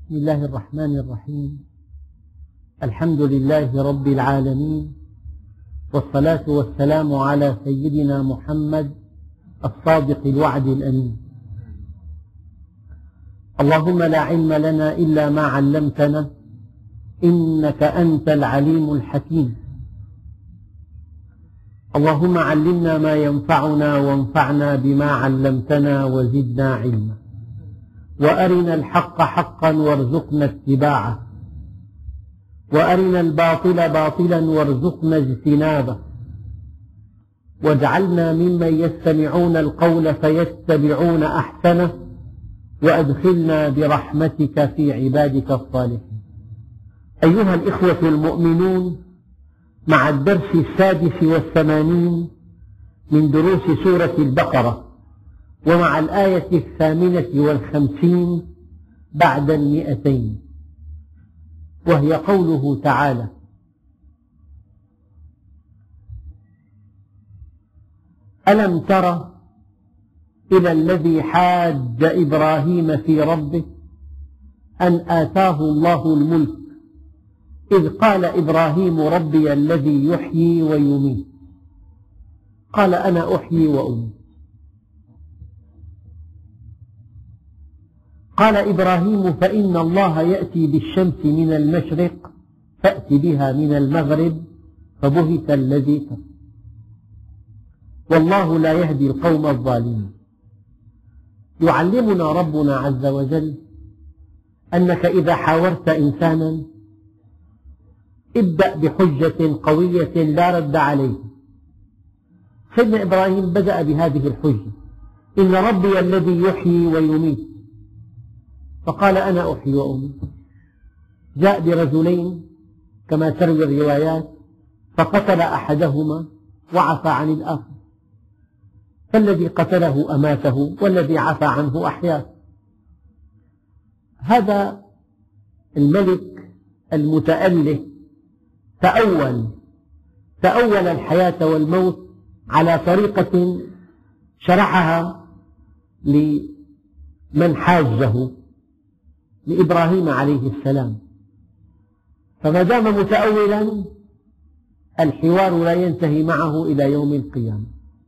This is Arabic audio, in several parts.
بسم الله الرحمن الرحيم. الحمد لله رب العالمين، والصلاة والسلام على سيدنا محمد الصادق الوعد الأمين. اللهم لا علم لنا إلا ما علمتنا إنك أنت العليم الحكيم. اللهم علمنا ما ينفعنا وانفعنا بما علمتنا وزدنا علما، وأرنا الحق حقا وارزقنا اتباعه، وأرنا الباطل باطلا وارزقنا اجتنابه، واجعلنا ممن يستمعون القول فيتبعون أحسنه، وأدخلنا برحمتك في عبادك الصالحين. أيها الإخوة المؤمنون، مع الدرس 86 من دروس سورة البقرة، ومع الآية 58 بعد 200، وهي قوله تعالى: ألم تر إلى الذي حاج إبراهيم في ربه أن آتاه الله الملك إذ قال إبراهيم ربي الذي يحيي ويميت قال أنا أحيي وأميت. قال إبراهيم فإن الله يأتي بالشمس من المشرق فأت بها من المغرب فبهت الذي كفر والله لا يهدي القوم الظالمين. يعلمنا ربنا عز وجل أنك إذا حاورت إنسانا ابدأ بحجة قوية لا رد عليه. سيدنا إبراهيم بدأ بهذه الحجة: إن ربي الذي يحيي ويميت، فقال أنا أحيي وأميت. جاء برجلين كما تروي الروايات فقتل أحدهما وعفى عن الآخر، فالذي قتله أماته والذي عفى عنه أحياه. هذا الملك المتأله تأول الحياة والموت على طريقة شرحها لمن حاجه لإبراهيم عليه السلام. فما دام متأولا الحوار لا ينتهي معه إلى يوم القيامة.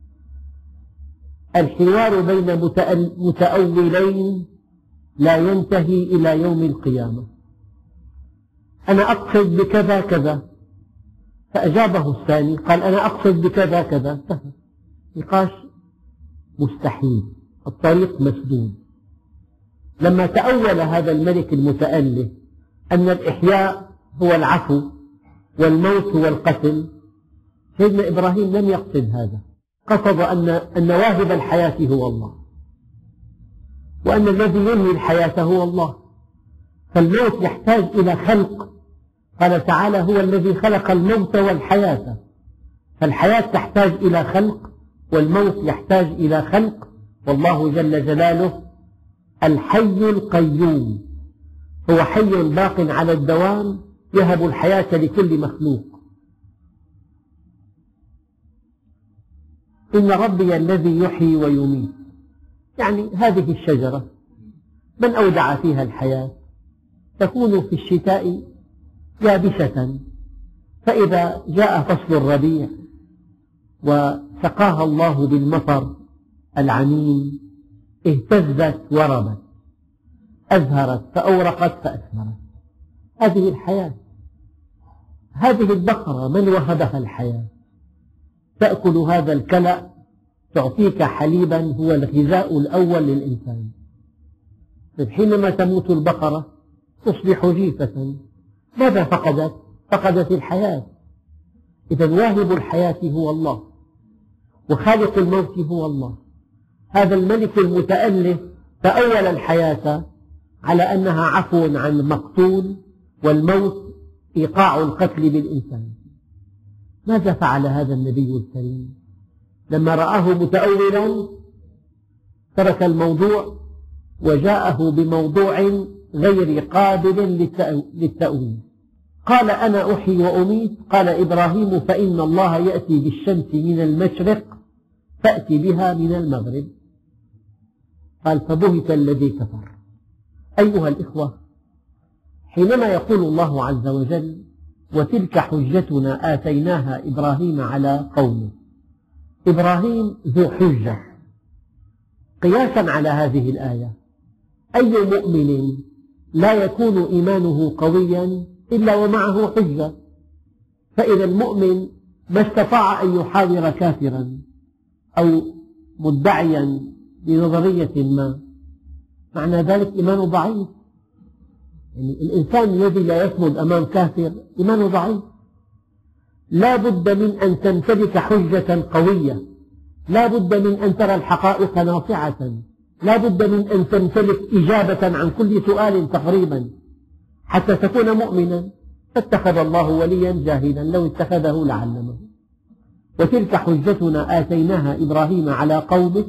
الحوار بين متأولين لا ينتهي إلى يوم القيامة. أنا أقصد بكذا كذا، فأجابه الثاني قال أنا أقصد بكذا كذا، انتهى. نقاش مستحيل، الطريق مسدود. لما تأول هذا الملك المتأله أن الإحياء هو العفو والموت هو القتل، سيدنا إبراهيم لم يقصد هذا، قصد أن واهب الحياة هو الله، وأن الذي ينهي الحياة هو الله. فالموت يحتاج إلى خلق، قال تعالى هو الذي خلق الموت والحياة، فالحياة تحتاج إلى خلق والموت يحتاج إلى خلق. والله جل جلاله الحي القيوم، هو حي باق على الدوام يهب الحياة لكل مخلوق. إن ربي الذي يحيي ويميت، يعني هذه الشجرة من أودع فيها الحياة تكون في الشتاء يابسة، فإذا جاء فصل الربيع وسقاها الله بالمطر العميم اهتزت وربت، أزهرت فأورقت فأثمرت. هذه الحياة. هذه البقرة من وهبها الحياة؟ تأكل هذا الكلأ تعطيك حليبا هو الغذاء الأول للإنسان. حينما تموت البقرة تصبح جيفة، ماذا فقدت؟ فقدت الحياة. إذا واهب الحياة هو الله، وخالق الموت هو الله. هذا الملك المتأله تأول الحياة على أنها عفو عن المقتول، والموت إيقاع القتل بالإنسان. ماذا فعل هذا النبي الكريم؟ لما رآه متأولا ترك الموضوع وجاءه بموضوع غير قابل للتأويل. قال أنا أحيي وأميت. قال إبراهيم فإن الله يأتي بالشمس من المشرق فأت بها من المغرب. قال فبهت الذي كفر. أيها الإخوة، حينما يقول الله عز وجل وتلك حجتنا آتيناها إبراهيم على قومه، إبراهيم ذو حجة. قياسا على هذه الآية، أي مؤمن لا يكون إيمانه قويا إلا ومعه حجة؟ فإذا المؤمن ما استطاع أن يحاور كافرا أو مدعيا بنظرية ما، معنى ذلك إيمانه ضعيف. يعني الإنسان الذي لا يصمد أمام كافر إيمانه ضعيف. لا بد من أن تمتلك حجة قوية، لا بد من أن ترى الحقائق ناصعة، لا بد من أن تمتلك إجابة عن كل سؤال تقريبا حتى تكون مؤمنا. فاتخذ الله وليا جاهلا، لو اتخذه لعلمه. وتلك حجتنا آتيناها إبراهيم على قومه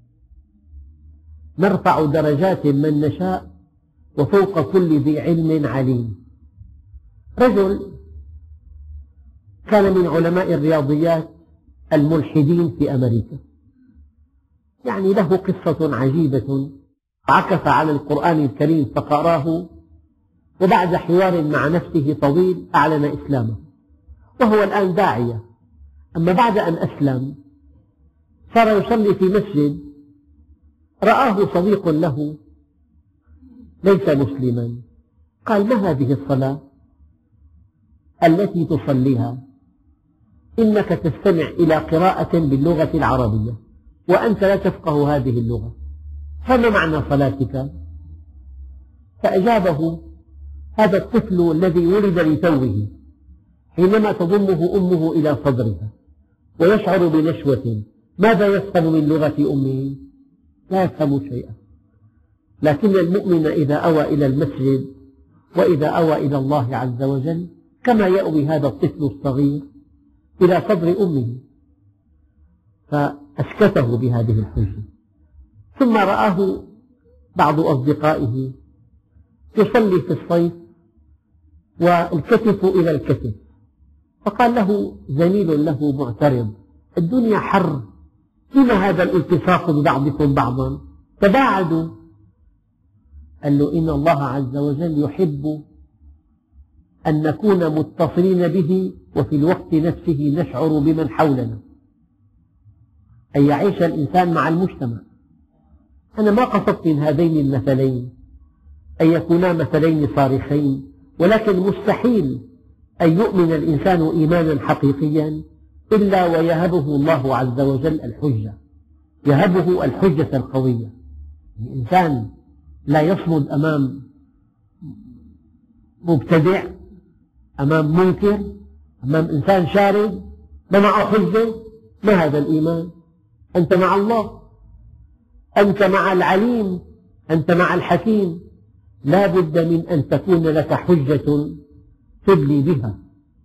نرفع درجات من نشاء وفوق كل ذي علم عليم. رجل كان من علماء الرياضيات الملحدين في أمريكا، يعني له قصة عجيبة، عكف على القرآن الكريم فقراه، وبعد حوار مع نفسه طويل أعلن إسلامه، وهو الآن داعية. أما بعد أن أسلم صار يصلي في مسجد، رآه صديق له ليس مسلما، قال: ما هذه الصلاة التي تصليها؟ إنك تستمع إلى قراءة باللغة العربية وأنت لا تفقه هذه اللغة، فما معنى صلاتك؟ فأجابه هذا الطفل الذي ولد لتوه، حينما تضمه أمه إلى صدرها ويشعر بنشوة، ماذا يفهم من لغة أمه؟ لا يفهم شيئا. لكن المؤمن إذا أوى إلى المسجد وإذا أوى إلى الله عز وجل كما يأوي هذا الطفل الصغير إلى صدر أمه، فأسكته بهذه الحجة. ثم رآه بعض أصدقائه يصلي في الصيف والكتف إلى الكتف، فقال له زميل له معترض: الدنيا حر، لما هذا الالتصاق ببعضكم بعضا؟ تباعدوا. قال له: إن الله عز وجل يحب أن نكون متصلين به وفي الوقت نفسه نشعر بمن حولنا، أن يعيش الإنسان مع المجتمع. أنا ما قصدت من هذين المثلين أن يكونا مثلين صارخين، ولكن مستحيل أن يؤمن الإنسان إيمانا حقيقيا إلا ويهبه الله عز وجل الحجة، يهبه الحجة القوية. الإنسان لا يصمد أمام مبتدع، أمام منكر، أمام إنسان شارد ما معه حجة. ما هذا الإيمان؟ أنت مع الله، أنت مع العليم، أنت مع الحكيم. لا بد من أن تكون لك حجة تدلي بها.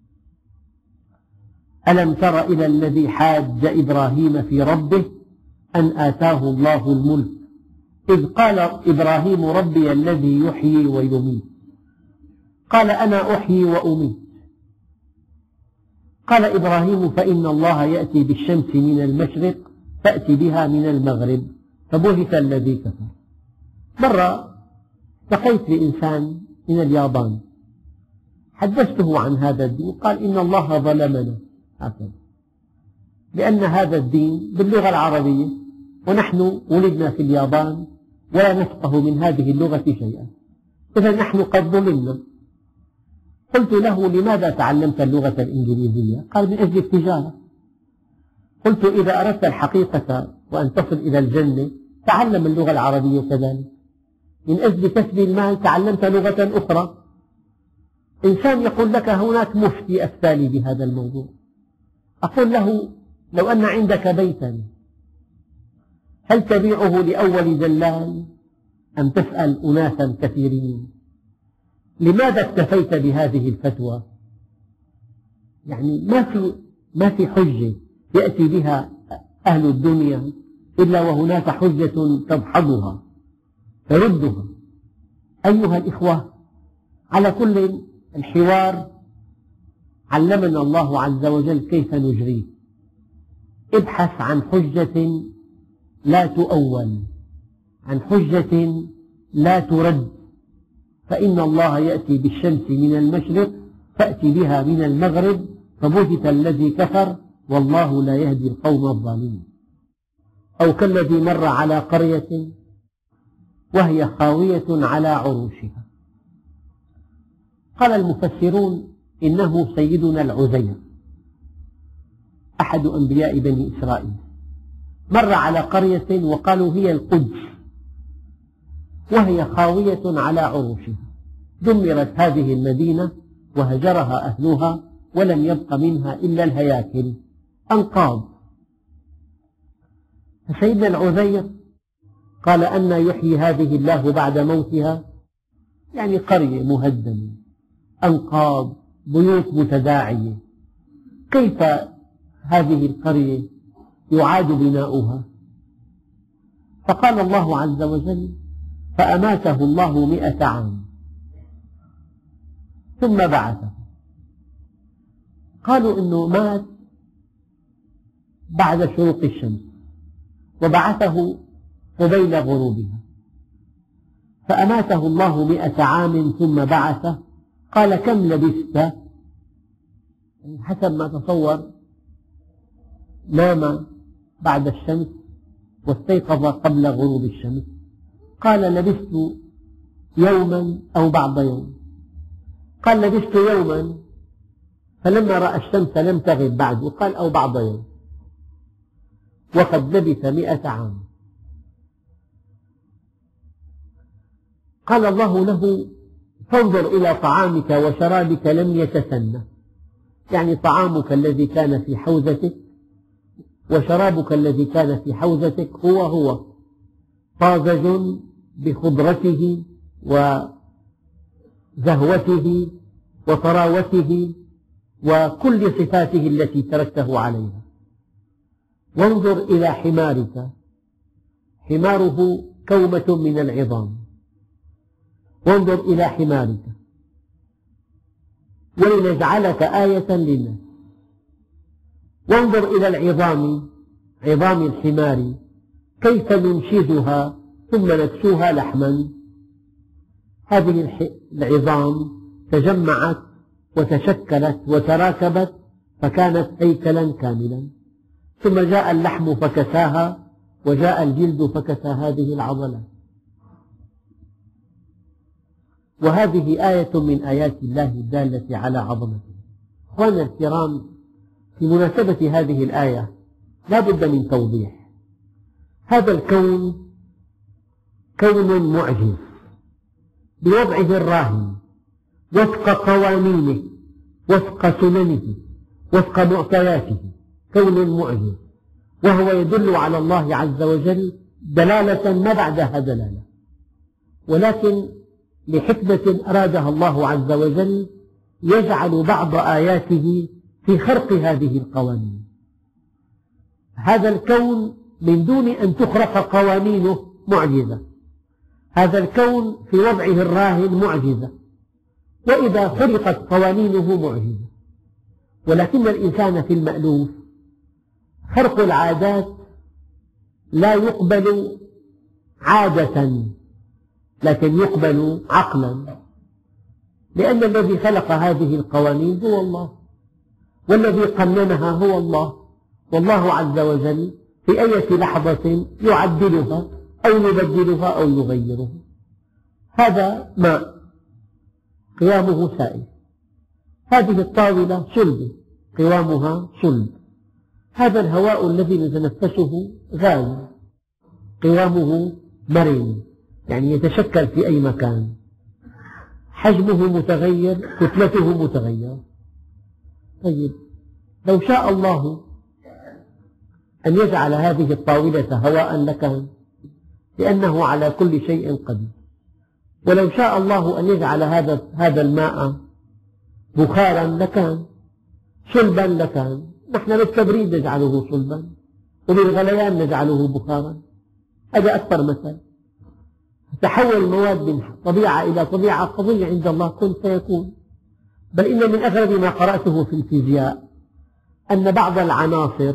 ألم تر إلى الذي حاج إبراهيم في ربه أن آتاه الله الملك إذ قال إبراهيم: ربي الذي يحيي ويميت. قال: أنا أحيي وأميت. قال إبراهيم: فإن الله يأتي بالشمس من المشرق فأتي بها من المغرب، فبهت الذي كفر. مرة لقيت بإنسان من اليابان، حدثته عن هذا الدين، قال: إن الله ظلمنا هكذا، لأن هذا الدين باللغة العربية ونحن ولدنا في اليابان ولا نفقه من هذه اللغة شيئا، إذا نحن قد ظلمنا. قلت له: لماذا تعلمت اللغة الإنجليزية؟ قال: من أجل التجارة. قلت: إذا أردت الحقيقة وأن تصل إلى الجنة تعلم اللغة العربية كذلك، من أجل كسب المال تعلمت لغة أخرى. إنسان يقول لك: هناك مفتي أفتاني بهذا الموضوع. أقول له: لو أن عندك بيتا هل تبيعه لأول دلال أم تسأل أناسا كثيرين؟ لماذا اكتفيت بهذه الفتوى؟ يعني ما في حجة يأتي بها أهل الدنيا إلا وهناك حجة تدحضها تردها. أيها الإخوة، على كل الحوار علمنا الله عز وجل كيف نجريه. ابحث عن حجة لا تؤول، عن حجة لا ترد، فإن الله يأتي بالشمس من المشرق فأتي بها من المغرب فبهت الذي كفر والله لا يهدي القوم الظالمين. أو كالذي مر على قرية وهي خاوية على عروشها. قال المفسرون إنه سيدنا العزير أحد أنبياء بني إسرائيل، مر على قرية وقالوا هي القدس وهي خاوية على عروشها، دمرت هذه المدينة وهجرها أهلها ولم يبق منها إلا الهياكل، أنقاض. فسيدنا العزير قال أنى يحيي هذه الله بعد موتها؟ يعني قرية مهدمة، أنقاض، بيوت متداعية، كيف هذه القرية يعاد بناؤها؟ فقال الله عز وجل فأماته الله 100 عام ثم بعثه. قالوا إنه مات بعد شروق الشمس وبعثه قبيل غروبها، فأماته الله 100 عام ثم بعثه. قال كم لبثت؟ حسب ما تصور نام بعد الشمس واستيقظ قبل غروب الشمس. قال لبثت يوما أو بعض يوم. قال لبثت يوما، فلما رأى الشمس لم تغب بعد قال أو بعض يوم، وقد لبث 100 عام. قال الله له فانظر إلى طعامك وشرابك لم يتسنى، يعني طعامك الذي كان في حوزتك وشرابك الذي كان في حوزتك هو طازج بخضرته وزهوته وطراوته وكل صفاته التي تركته عليها. وانظر إلى حمارك، حماره كومة من العظام، وانظر إلى حمارك ولنجعلك آية للناس. وانظر إلى العظام، عظام الحمار كيف ننشزها ثم نكسوها لحما. هذه العظام تجمعت وتشكلت وتراكبت فكانت هيكلا كاملا، ثم جاء اللحم فكساها وجاء الجلد فكسى هذه العضلات. وهذه آية من آيات الله الدالة على عظمته. أخواننا الكرام، في مناسبة هذه الآية لا بد من توضيح. هذا الكون كون معجز بوضعه الراهن، وفق قوانينه، وفق سننه، وفق معطياته، كون معجز، وهو يدل على الله عز وجل دلالة ما بعدها دلالة، ولكن لحكمة أرادها الله عز وجل يجعل بعض آياته في خرق هذه القوانين. هذا الكون من دون أن تخرق قوانينه معجزة، هذا الكون في وضعه الراهن معجزة، وإذا خرقت قوانينه معجزة. ولكن الإنسان في المألوف خرق العادات لا يقبل عادة، لكن يقبل عقلا، لأن الذي خلق هذه القوانين هو الله، والذي قننها هو الله، والله عز وجل في أي لحظة يعدلها أو يبدلها أو يغيرها. هذا ماء قوامه سائل، هذه الطاولة صلب قوامها صلب، هذا الهواء الذي نتنفسه غاز قوامه مرن، يعني يتشكل في أي مكان، حجمه متغير، كتلته متغيرة. طيب لو شاء الله أن يجعل هذه الطاولة هواء لكان، لأنه على كل شيء قدير. ولو شاء الله أن يجعل هذا الماء بخارا لكان، صلبا لكان. نحن بالتبريد نجعله صلبا، وبالغليان نجعله بخارا. هذا أكبر مثل. تحول المواد من طبيعة إلى طبيعة قضية عند الله كن فيكون. بل إن من أغرب ما قرأته في الفيزياء أن بعض العناصر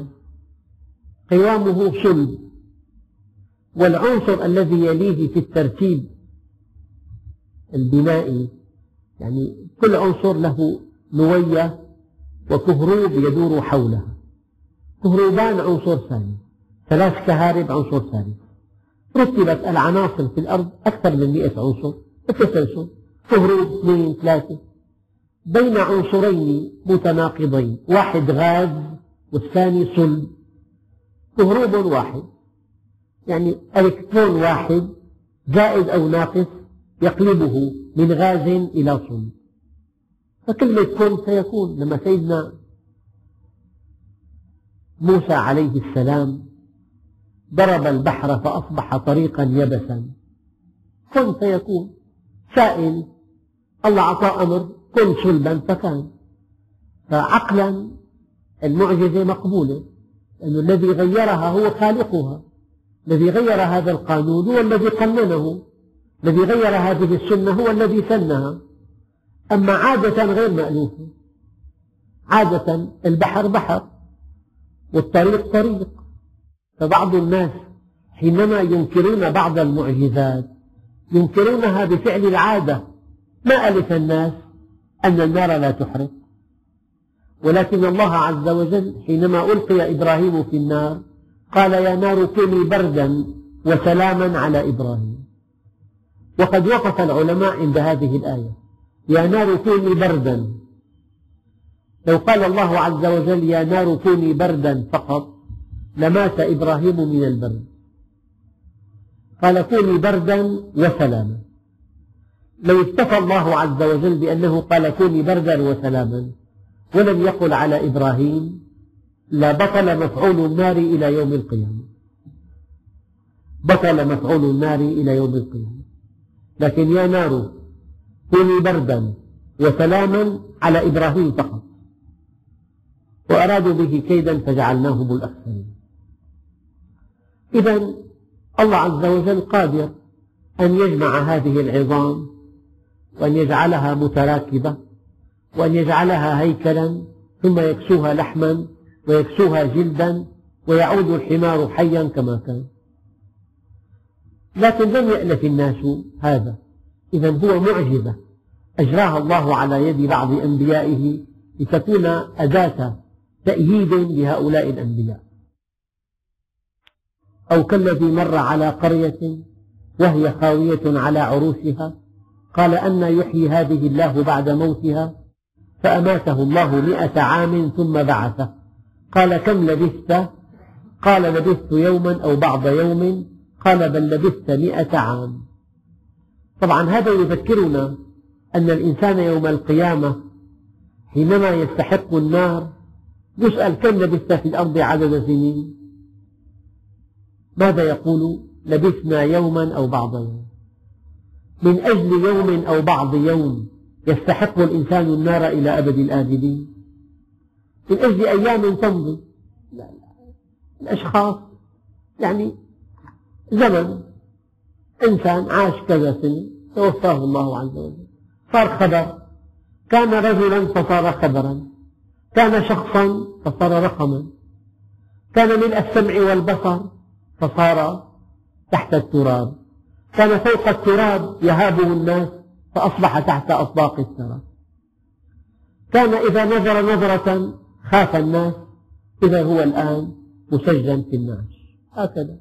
قوامه صلب، والعنصر الذي يليه في الترتيب البنائي، يعني كل عنصر له نوية وكهروب يدور حولها. كهروبان عنصر ثاني، 3 كهارب عنصر ثالث. رتبت العناصر في الأرض أكثر من 100 عنصر بالتسلسل، كهروب 2 3 بين عنصرين متناقضين، واحد غاز والثاني صلب، كهروب واحد، يعني إلكترون واحد زائد أو ناقص يقلبه من غاز إلى صلب. فكلمة كن سيكون. لما سيدنا موسى عليه السلام ضرب البحر فأصبح طريقا يبسا، كن سيكون. سائل، الله أعطى أمر كن صلبا فكان. فعقلا المعجزة مقبولة، لأن الذي غيرها هو خالقها، الذي غير هذا القانون هو الذي قننه، الذي غير هذه السنة هو الذي سنها. أما عادة غير مألوفة، عادة البحر بحر والطريق طريق. فبعض الناس حينما ينكرون بعض المعجزات ينكرونها بفعل العادة. ما ألف الناس أن النار لا تحرق، ولكن الله عز وجل حينما ألقي إبراهيم في النار قال يا نار كوني بردا وسلاما على إبراهيم. وقد وقف العلماء عند هذه الآية، يا نار كوني بردا. لو قال الله عز وجل يا نار كوني بردا فقط لمات إبراهيم من البرد، قال كوني بردا وسلاما. لو اكتفى الله عز وجل بأنه قال كوني بردا وسلاما ولم يقل على إبراهيم لبطل مفعول النار إلى يوم القيامة، بطل مفعول النار إلى يوم القيامة. لكن يا نار كوني بردا وسلاما على إبراهيم فقط، وأرادوا به كيدا فجعلناهم الأخسرين. إذن الله عز وجل قادر أن يجمع هذه العظام وأن يجعلها متراكبة وأن يجعلها هيكلا ثم يكسوها لحما ويكسوها جلدا ويعود الحمار حيا كما كان. لكن لم يألف الناس هذا، إذن هو معجزة أجراها الله على يد بعض أنبيائه لتكون أداة تأييد لهؤلاء الأنبياء. أو كالذي مر على قرية وهي خاوية على عروشها قال أنى يحيي هذه الله بعد موتها فأماته الله 100 عام ثم بعثه قال كم لبثت؟ قال لبثت يوما أو بعض يوم قال بل لبثت 100 عام. طبعا هذا يذكرنا أن الإنسان يوم القيامة حينما يستحق النار يسأل كم لبثت في الأرض عدد سنين؟ ماذا يقول؟ لبثنا يوما أو بعض يوم. من أجل يوم أو بعض يوم يستحق الإنسان النار إلى أبد الآبدين؟ من أجل أيام تمضي؟ لا. الأشخاص يعني زمن، إنسان عاش كذا سنة توفاه الله عز وجل صار خبر، كان رجلا فصار خبرا، كان شخصا فصار رقما، كان ملء السمع والبصر فصار تحت التراب، كان فوق التراب يهابه الناس فأصبح تحت أطباق الثرى، كان إذا نظر نظرة خاف الناس إذا هو الآن مسجن في النعش. هكذا.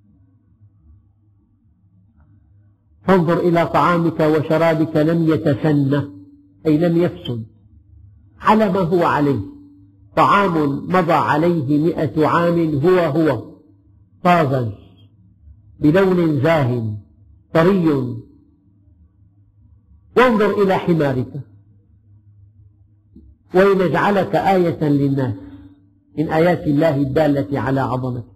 فانظر إلى طعامك وشرابك لم يتسنه أي لم يفسد على ما هو عليه، طعام مضى عليه 100 عام هو طازج بلون زاهٍ طري. وانظر إلى حمارك ولنجعلك آية للناس من آيات الله الدالة على عظمته.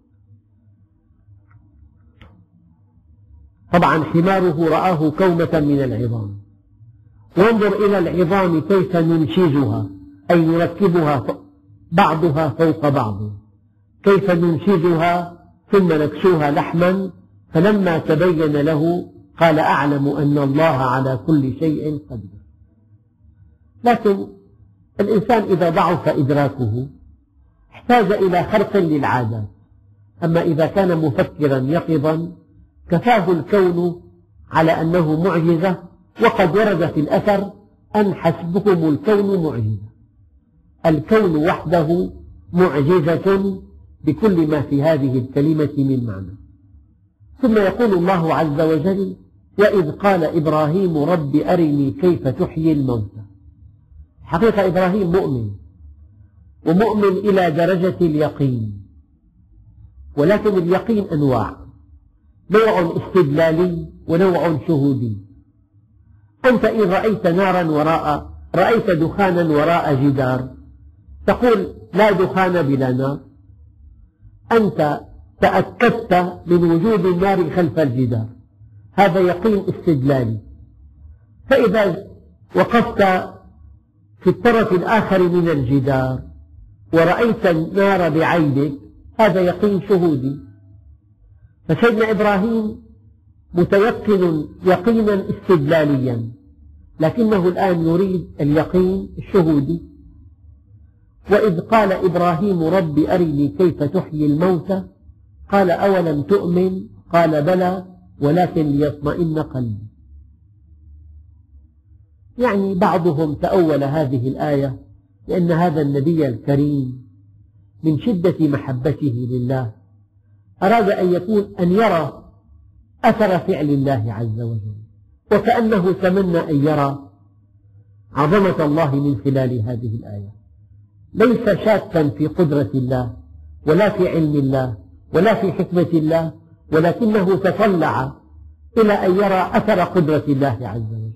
طبعا حماره رآه كومة من العظام. وانظر إلى العظام كيف ننشزها أي نركبها بعضها فوق بعض، كيف ننشزها ثم نكسوها لحما. فلما تبين له قال أعلم أن الله على كل شيء قدير. لكن الإنسان إذا ضعف إدراكه احتاج إلى خرق للعادات، أما إذا كان مفكرا يقظا كفاه الكون على أنه معجزة وقد ورد في الأثر أن حسبكم الكون معجزة. الكون وحده معجزة بكل ما في هذه الكلمة من معنى. ثم يقول الله عز وجل: وإذ قال إبراهيم رب أرني كيف تحيي الموتى. حقيقة إبراهيم مؤمن، ومؤمن إلى درجة اليقين، ولكن اليقين أنواع: نوع استدلالي ونوع شهودي. أنت إن رأيت دخانا وراء جدار تقول لا دخان بلا نار، أنت تأكدت من وجود النار خلف الجدار، هذا يقين استدلالي. فإذا وقفت في الطرف الآخر من الجدار ورأيت النار بعينك، هذا يقين شهودي. فسيدنا إبراهيم متيقن يقينا استدلاليا، لكنه الآن يريد اليقين الشهودي. وإذ قال إبراهيم رب أرني كيف تحيي الموتى قال أولم تؤمن قال بلى ولكن ليطمئن قلبي. يعني بعضهم تأول هذه الآية لأن هذا النبي الكريم من شدة محبته لله أراد أن يرى أثر فعل الله عز وجل، وكأنه تمنى أن يرى عظمة الله من خلال هذه الآية. ليس شاكا في قدرة الله ولا في علم الله ولا في حكمة الله، ولكنه تطلع إلى أن يرى أثر قدرة الله عز وجل.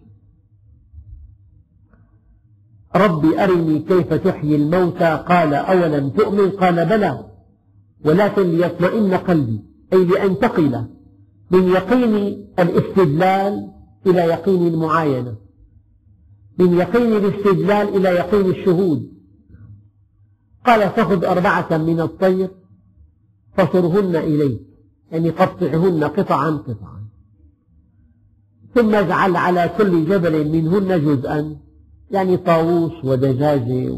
رب أرني كيف تحيي الموتى قال أولم تؤمن قال بلى ولكن ليطمئن قلبي، أي لأنتقل من يقين الاستدلال إلى يقين المعاينة، من يقين الاستدلال إلى يقين الشهود. قال فخذ 4 من الطير فصرهن إليك، يعني قطعهن قطعا قطعا، ثم اجعل على كل جبل منهن جزءا، يعني طاووس ودجاجة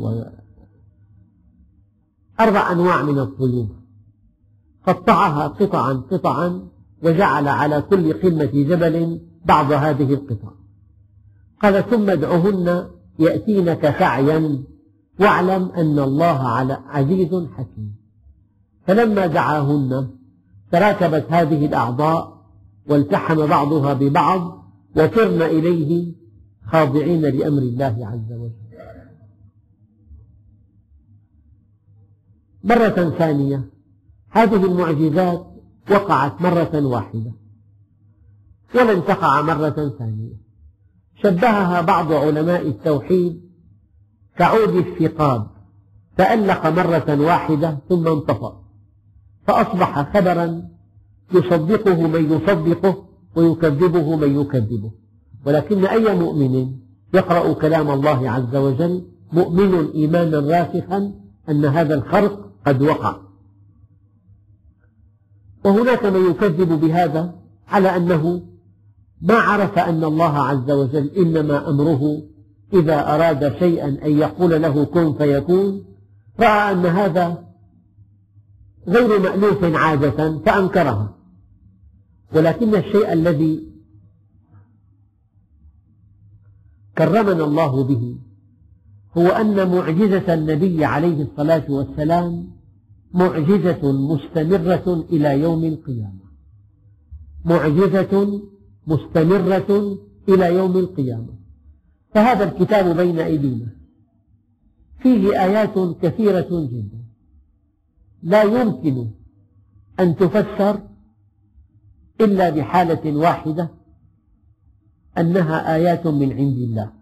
4 أنواع من الطيور، قطعها قطعا قطعا وجعل على كل قمة جبل بعض هذه القطع. قال ثم ادعهن يأتينك سعيا واعلم أن الله عزيز حكيم. فلما دعاهن تراكبت هذه الأعضاء والتحم بعضها ببعض وصرن إليه خاضعين لأمر الله عز وجل. مرة ثانية هذه المعجزات وقعت مرة واحدة ولن تقع مرة ثانية. شبهها بعض علماء التوحيد كعود الثقاب، تألق مرة واحدة ثم انطفأ، فأصبح خبرا يصدقه من يصدقه ويكذبه من يكذبه. ولكن أي مؤمن يقرأ كلام الله عز وجل مؤمن إيمانا راسخا أن هذا الخرق قد وقع. وهناك من يكذب بهذا على أنه ما عرف أن الله عز وجل إنما أمره إذا أراد شيئا أن يقول له كن فيكون، رأى أن هذا غير مألوف عادة فأنكرها. ولكن الشيء الذي كرمنا الله به هو أن معجزة النبي عليه الصلاة والسلام معجزة مستمرة إلى يوم القيامة، معجزة مستمرة إلى يوم القيامة. فهذا الكتاب بين أيدينا فيه آيات كثيرة جدا لا يمكن أن تفسر إلا بحالة واحدة، أنها آيات من عند الله.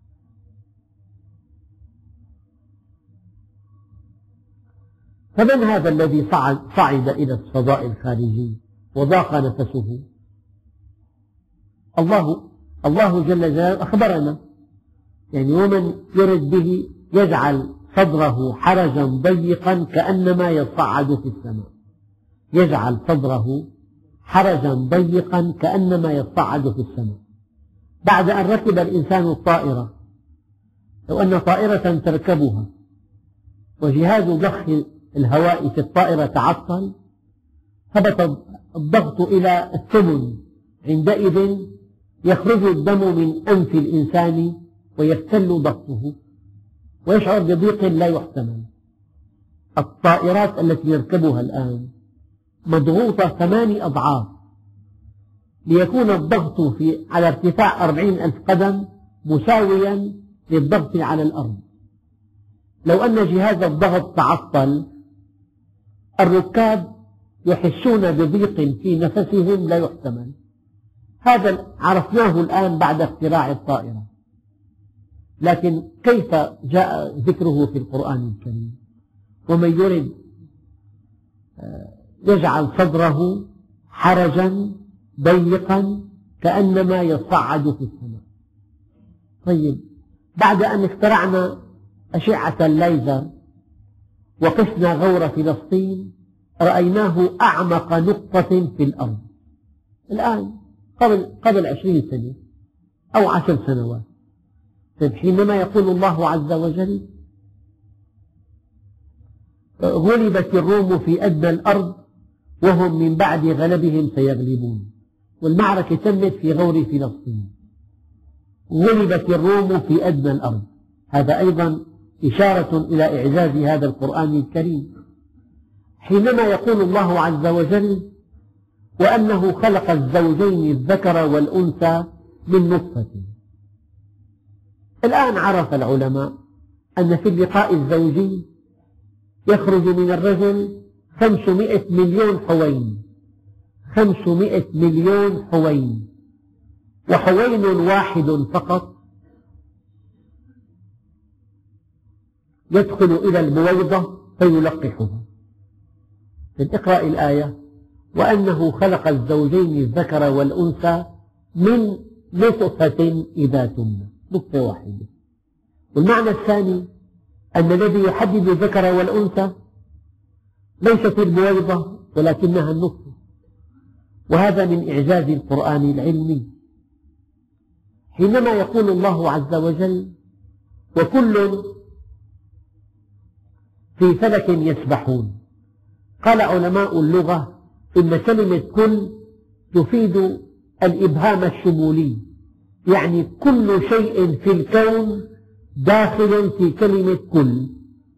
فمن هذا الذي صعد إلى الفضاء الخارجي وضاق نفسه؟ الله جل جلاله أخبرنا، يعني ومن يرد به يجعل صدره حرجا ضيقا كأنما يصعد في السماء، يجعل صدره حرجا ضيقا كأنما يصعد في السماء. بعد أن ركب الإنسان الطائرة، لو أن طائرة تركبها وجهاز ضخ الهواء في الطائرة تعطل هبط الضغط إلى الثمن، عندئذ يخرج الدم من أنف الإنسان ويختل ضغطه ويشعر بضيق لا يحتمل. الطائرات التي نركبها الآن مضغوطة 8 أضعاف ليكون الضغط على ارتفاع 40,000 قدم مساويا للضغط على الأرض. لو أن جهاز الضغط تعطل الركاب يحسون بضيق في نفسهم لا يحتمل. هذا عرفناه الآن بعد اختراع الطائرة، لكن كيف جاء ذكره في القرآن الكريم؟ ومن يرد يجعل صدره حرجا ضيقا كأنما يصعد في السماء. طيب، بعد أن اخترعنا أشعة الليزر وقسنا غور فلسطين رأيناه أعمق نقطة في الأرض الآن قبل 20 سنة أو 10 سنوات. طيب، حينما يقول الله عز وجل غلبت الروم في أدنى الأرض وهم من بعد غلبهم سيغلبون، والمعركة تمت في غور فلسطين. غلبت الروم في أدنى الأرض، هذا أيضا إشارة إلى إعجاز هذا القرآن الكريم. حينما يقول الله عز وجل وأنه خلق الزوجين الذكر والأنثى من نطفة، الآن عرف العلماء أن في اللقاء الزوجي يخرج من الرجل 500 مليون حوين، 500 مليون حوين، وحوين واحد فقط يدخل إلى البويضة فيلقحها. اقرأ الآية: وأنه خلق الزوجين الذكر والأنثى من نطفة إذا تمنى، نطفة واحدة. والمعنى الثاني أن الذي يحدد الذكر والأنثى ليست البويضة ولكنها النطفة، وهذا من إعجاز القرآن العلمي. حينما يقول الله عز وجل وكل في فلك يسبحون، قال علماء اللغة إن كلمة كل تفيد الإبهام الشمولي، يعني كل شيء في الكون داخل في كلمة كل.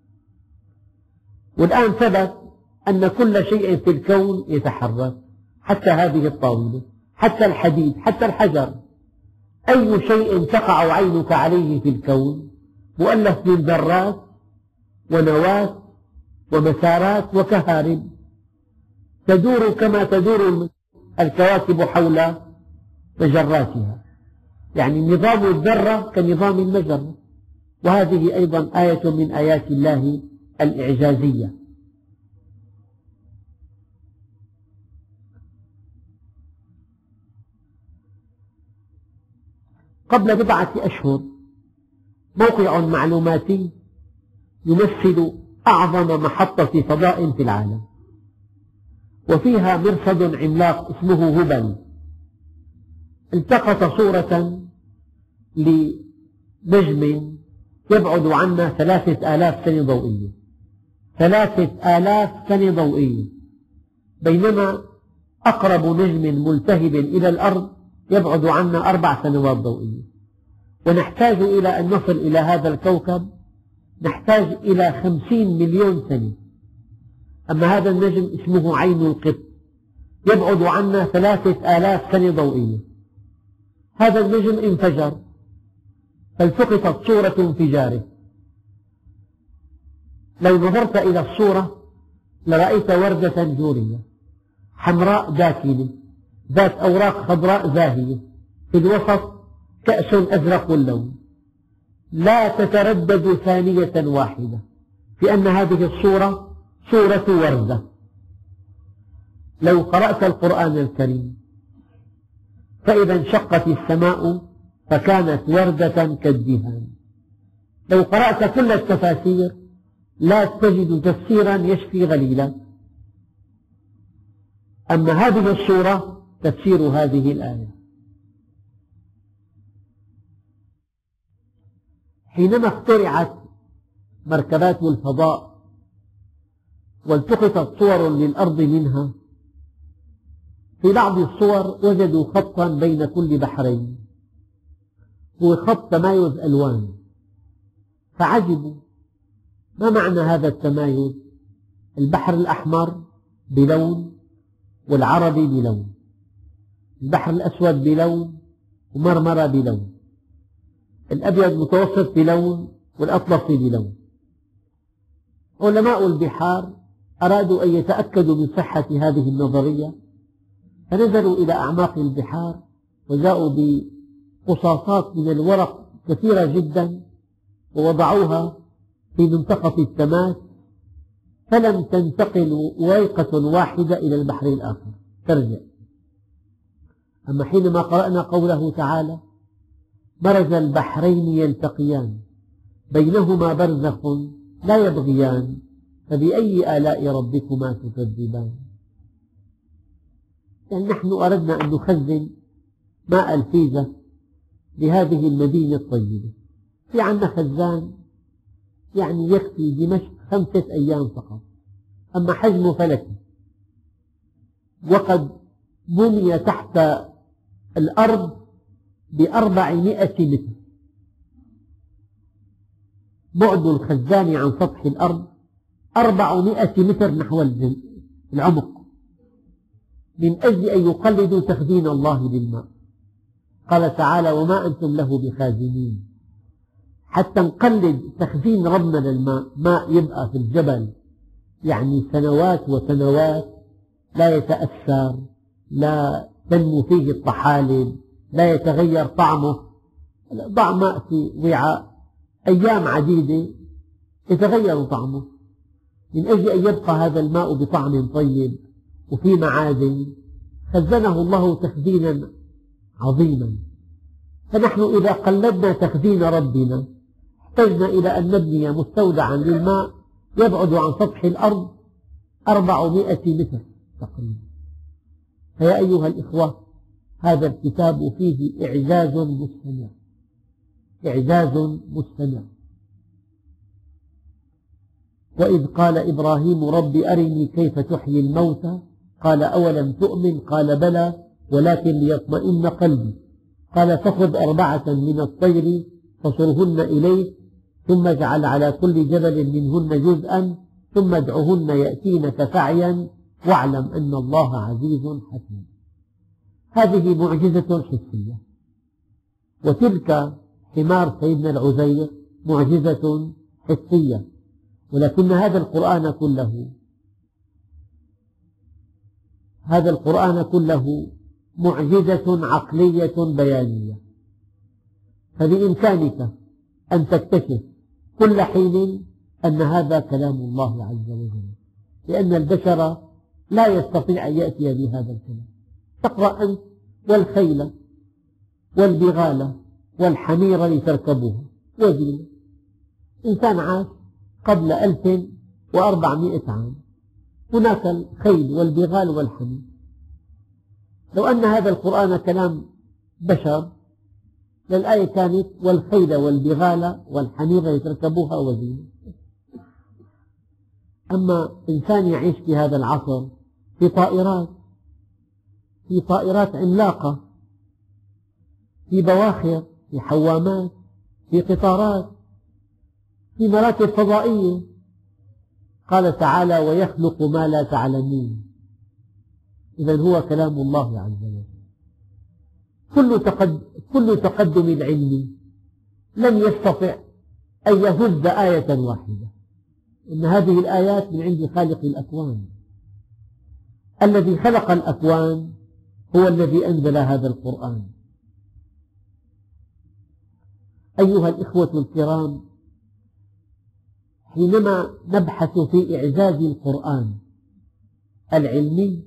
والآن ثبت أن كل شيء في الكون يتحرك، حتى هذه الطاولة، حتى الحديد، حتى الحجر. أي شيء تقع عينك عليه في الكون مؤلف من ذرات ونواة ومسارات وكهارب تدور كما تدور الكواكب حول مجراتها، يعني نظام الذرة كنظام المجرة. وهذه أيضا آية من آيات الله الإعجازية. قبل بضعة أشهر موقع معلوماتي يمثل أعظم محطة فضاء في العالم، وفيها مرصد عملاق اسمه هبل، التقط صورة لنجم يبعد عنا 3000 سنة ضوئية، 3000 سنة ضوئية، بينما أقرب نجم ملتهب إلى الأرض يبعد عنا 4 سنوات ضوئية. ونحتاج إلى أن نصل إلى هذا الكوكب نحتاج إلى 50 مليون سنة. أما هذا النجم اسمه عين القط يبعد عنا 3000 سنة ضوئية. هذا النجم انفجر فالتقطت صورة انفجاره. لو نظرت إلى الصورة لرأيت وردة جورية حمراء داكنة ذات أوراق خضراء زاهية، في الوسط كأس أزرق اللون، لا تتردد ثانية واحدة في أن هذه الصورة صورة وردة. لو قرأت القرآن الكريم فإذا انشقت السماء فكانت وردة كالدهان. لو قرأت كل التفاسير لا تجد تفسيرا يشفي غليلا. أما هذه الصورة تفسير هذه الآية. حينما اخترعت مركبات الفضاء والتقطت صور للأرض منها، في بعض الصور وجدوا خطا بين كل بحرين، هو خط تمايز ألوان، فعجبوا ما معنى هذا التمايز؟ البحر الأحمر بلون والعربي بلون، البحر الأسود بلون ومرمرة بلون، الأبيض المتوسط بلون والأطلسي بلون. علماء البحار أرادوا أن يتأكدوا من صحة هذه النظرية، فنزلوا إلى أعماق البحار وجاءوا بقصاصات من الورق كثيرة جدا ووضعوها في منطقة التماس، فلم تنتقل وريقة واحدة إلى البحر الآخر ترجع. أما حينما قرأنا قوله تعالى: مرج البحرين يلتقيان بينهما برزخ لا يبغيان فبأي آلاء ربكما تكذبان. يعني نحن أردنا أن نخزن ماء الفيزة لهذه المدينة الطيبة، في عندنا خزان يعني يكفي دمشق 5 أيام فقط، أما حجمه فلكي، وقد بني تحت الأرض ب400 متر، بعد الخزان عن سطح الأرض 400 متر نحو العمق، من أجل أن يقلدوا تخزين الله للماء. قال تعالى: وما أنتم له بخازنين. حتى نقلد تخزين ربنا للماء، ماء يبقى في الجبل يعني سنوات وسنوات لا يتأثر، لا تنمو فيه الطحالب، لا يتغير طعمه. ضع ماء في وعاء أيام عديدة يتغير طعمه، من أجل أن يبقى هذا الماء بطعم طيب وفي معادن، خزنه الله تخزينا عظيما. فنحن إذا قلدنا تخزين ربنا احتجنا إلى أن نبني مستودعا للماء يبعد عن سطح الأرض 400 متر تقريبا. فيا أيها الإخوة، هذا الكتاب فيه إعجاز مستمر، إعجاز مستمر. وإذ قال إبراهيم: رب أرني كيف تحيي الموتى، قال: أولم تؤمن؟ قال: بلى ولكن ليطمئن قلبي. قال: فخذ 4 من الطير فصرهن إليك، ثم اجعل على كل جبل منهن جزءا، ثم ادعهن يأتينك سعيا، واعلم أن الله عزيز حكيم. هذه معجزة حسية، وتلك حمار سيدنا العزير معجزة حسية، ولكن هذا القرآن كله معجزة عقلية بيانية. فبإمكانك أن تكتشف كل حين أن هذا كلام الله عز وجل، لأن البشر لا يستطيع أن يأتي بهذا الكلام. تقرأ أنت: والخيل والبغال والحمير لتركبوها وزينة. إنسان عاش قبل 1400 عام، هناك الخيل والبغال والحمير. لو أن هذا القرآن كلام بشر للآية كانت: والخيل والبغال والحمير لتركبوها وزينة. أما إنسان يعيش في هذا العصر في طائرات عملاقة، في بواخر، في حوامات، في قطارات، في مراكب فضائية. قال تعالى: ويخلق ما لا تعلمون. إذن هو كلام الله عز وجل. كل تقدم العلم لم يستطع أن يهز آية واحدة، إن هذه الآيات من عند خالق الأكوان. الذي خلق الأكوان هو الذي أنزل هذا القرآن. أيها الإخوة الكرام، حينما نبحث في إعجاز القرآن العلمي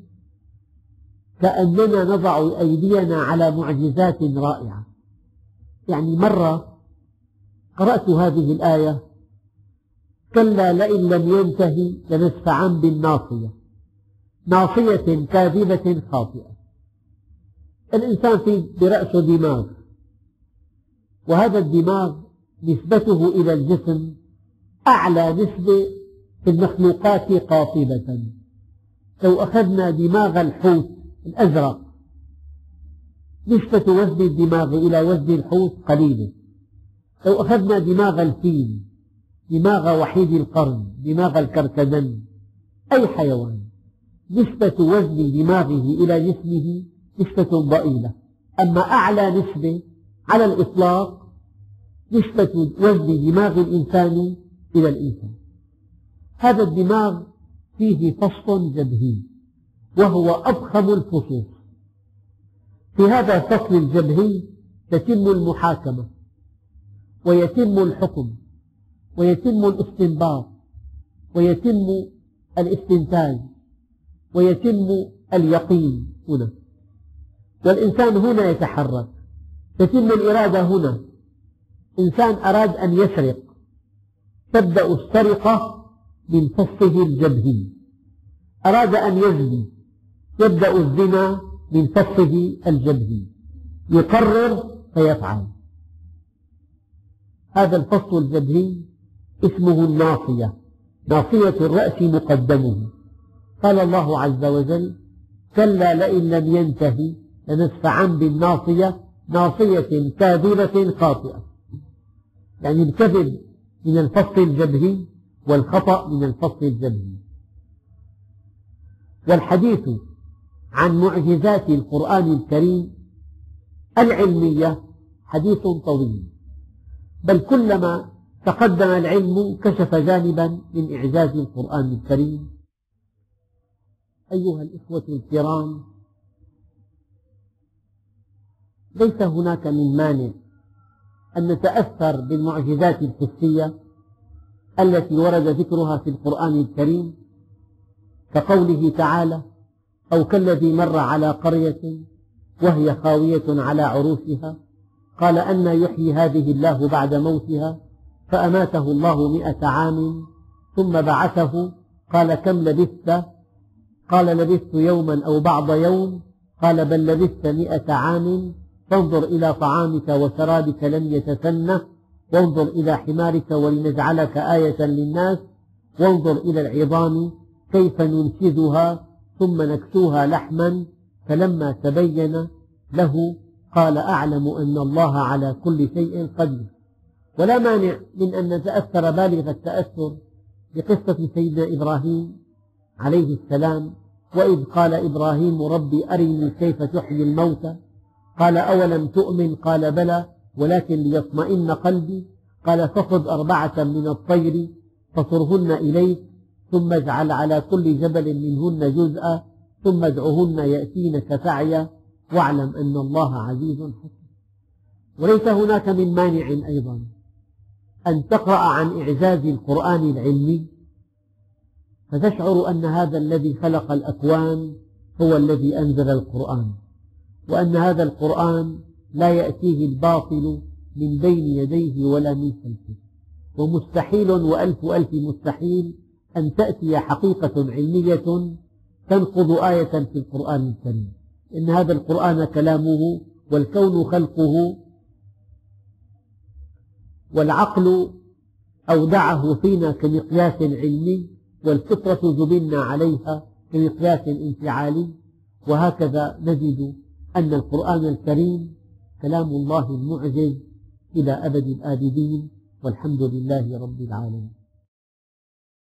كأننا نضع أيدينا على معجزات رائعة. يعني مرة قرأت هذه الآية: كلا لئن لم ينتهي لنسفعا بالناصية، ناصية كاذبة خاطئة. الإنسان في برأسه دماغ، وهذا الدماغ نسبته إلى الجسم أعلى نسبة في المخلوقات قاطبة. لو أخذنا دماغ الحوت الأزرق نسبة وزن الدماغ إلى وزن الحوت قليلة. لو أخذنا دماغ الفيل، دماغ وحيد القرن، دماغ الكركدن، أي حيوان، نسبة وزن دماغه إلى جسمه نسبة ضئيلة. أما أعلى نسبة على الإطلاق نسبة وزن دماغ الإنسان إلى الإنسان. هذا الدماغ فيه فص جبهي وهو أضخم الفصوص. في هذا الفصل الجبهي تتم المحاكمة ويتم الحكم ويتم الاستنباط ويتم الاستنتاج ويتم اليقين هنا، والإنسان هنا يتحرك، تتم الإرادة هنا. إنسان أراد أن يسرق، تبدأ السرقة من فصه الجبهي. أراد أن يزني، يبدأ الزنا من فصه الجبهي. يقرر فيفعل. هذا الفص الجبهي اسمه الناصية، ناصية الرأس مقدمه. قال الله عز وجل: كلا لئن لم ينته لنسفعا بالناصية ناصية كاذبة خاطئة. يعني الكذب من الفص الجبهي والخطأ من الفص الجبهي. والحديث عن معجزات القرآن الكريم العلمية حديث طويل، بل كلما تقدم العلم كشف جانبا من إعجاز القرآن الكريم. أيها الإخوة الكرام، ليس هناك من مانع أن نتأثر بالمعجزات الحسية التي ورد ذكرها في القرآن الكريم، كقوله تعالى: أو كالذي مر على قرية وهي خاوية على عروشها قال أنى يحيي هذه الله بعد موتها فأماته الله 100 عام ثم بعثه قال كم لبثت؟ قال لبثت يوما أو بعض يوم قال بل لبثت 100 عام فانظر إلى طعامك وشرابك لم يتسنه وانظر إلى حمارك ولنجعلك آية للناس وانظر إلى العظام كيف ننشزها ثم نكسوها لحما فلما تبين له قال أعلم أن الله على كل شيء قدير. ولا مانع من أن نتأثر بالغ التأثر بقصة سيدنا إبراهيم عليه السلام، وإذ قال إبراهيم ربي أرني كيف تحيي الموتى قال أولم تؤمن قال بلى ولكن ليطمئن قلبي قال فخذ 4 من الطير فصرهن إليك ثم اجعل على كل جبل منهن جزءا ثم ادعهن يأتينك سعيا واعلم أن الله عزيز حكيم. وليس هناك من مانع أيضا أن تقرأ عن إعجاز القرآن العلمي فتشعر أن هذا الذي خلق الأكوان هو الذي أنزل القرآن، وأن هذا القرآن لا يأتيه الباطل من بين يديه ولا من خلفه، ومستحيل وألف ألف مستحيل أن تأتي حقيقة علمية تنقض آية في القرآن الكريم. إن هذا القرآن كلامه والكون خلقه، والعقل أودعه فينا كمقياس علمي، والفطرة جبلنا عليها كمقياس انفعالي. وهكذا نجد أن القرآن الكريم كلام الله المعجز إلى أبد الآبدين، والحمد لله رب العالمين.